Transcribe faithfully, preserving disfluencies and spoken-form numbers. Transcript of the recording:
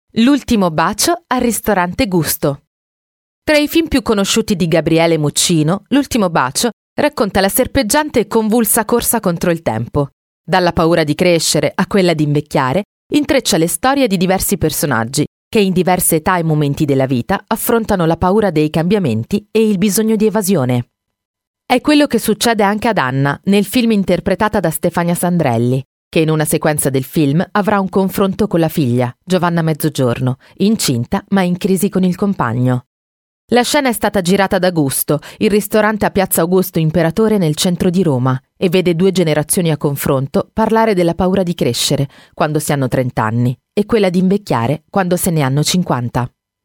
L'ultimo bacio al ristorante Gusto. Tra i film più conosciuti di Gabriele Muccino, L'ultimo bacio racconta la serpeggiante e convulsa corsa contro il tempo. Dalla paura di crescere a quella di invecchiare, intreccia le storie di diversi personaggi che in diverse età e momenti della vita affrontano la paura dei cambiamenti e il bisogno di evasione. È quello che succede anche ad Anna, nel film interpretata da Stefania Sandrelli, che in una sequenza del film avrà un confronto con la figlia, Giovanna Mezzogiorno, incinta ma in crisi con il compagno. La scena è stata girata da Gusto, il ristorante a Piazza Augusto Imperatore nel centro di Roma, e vede due generazioni a confronto parlare della paura di crescere quando si hanno trenta anni e quella di invecchiare quando se ne hanno cinquanta.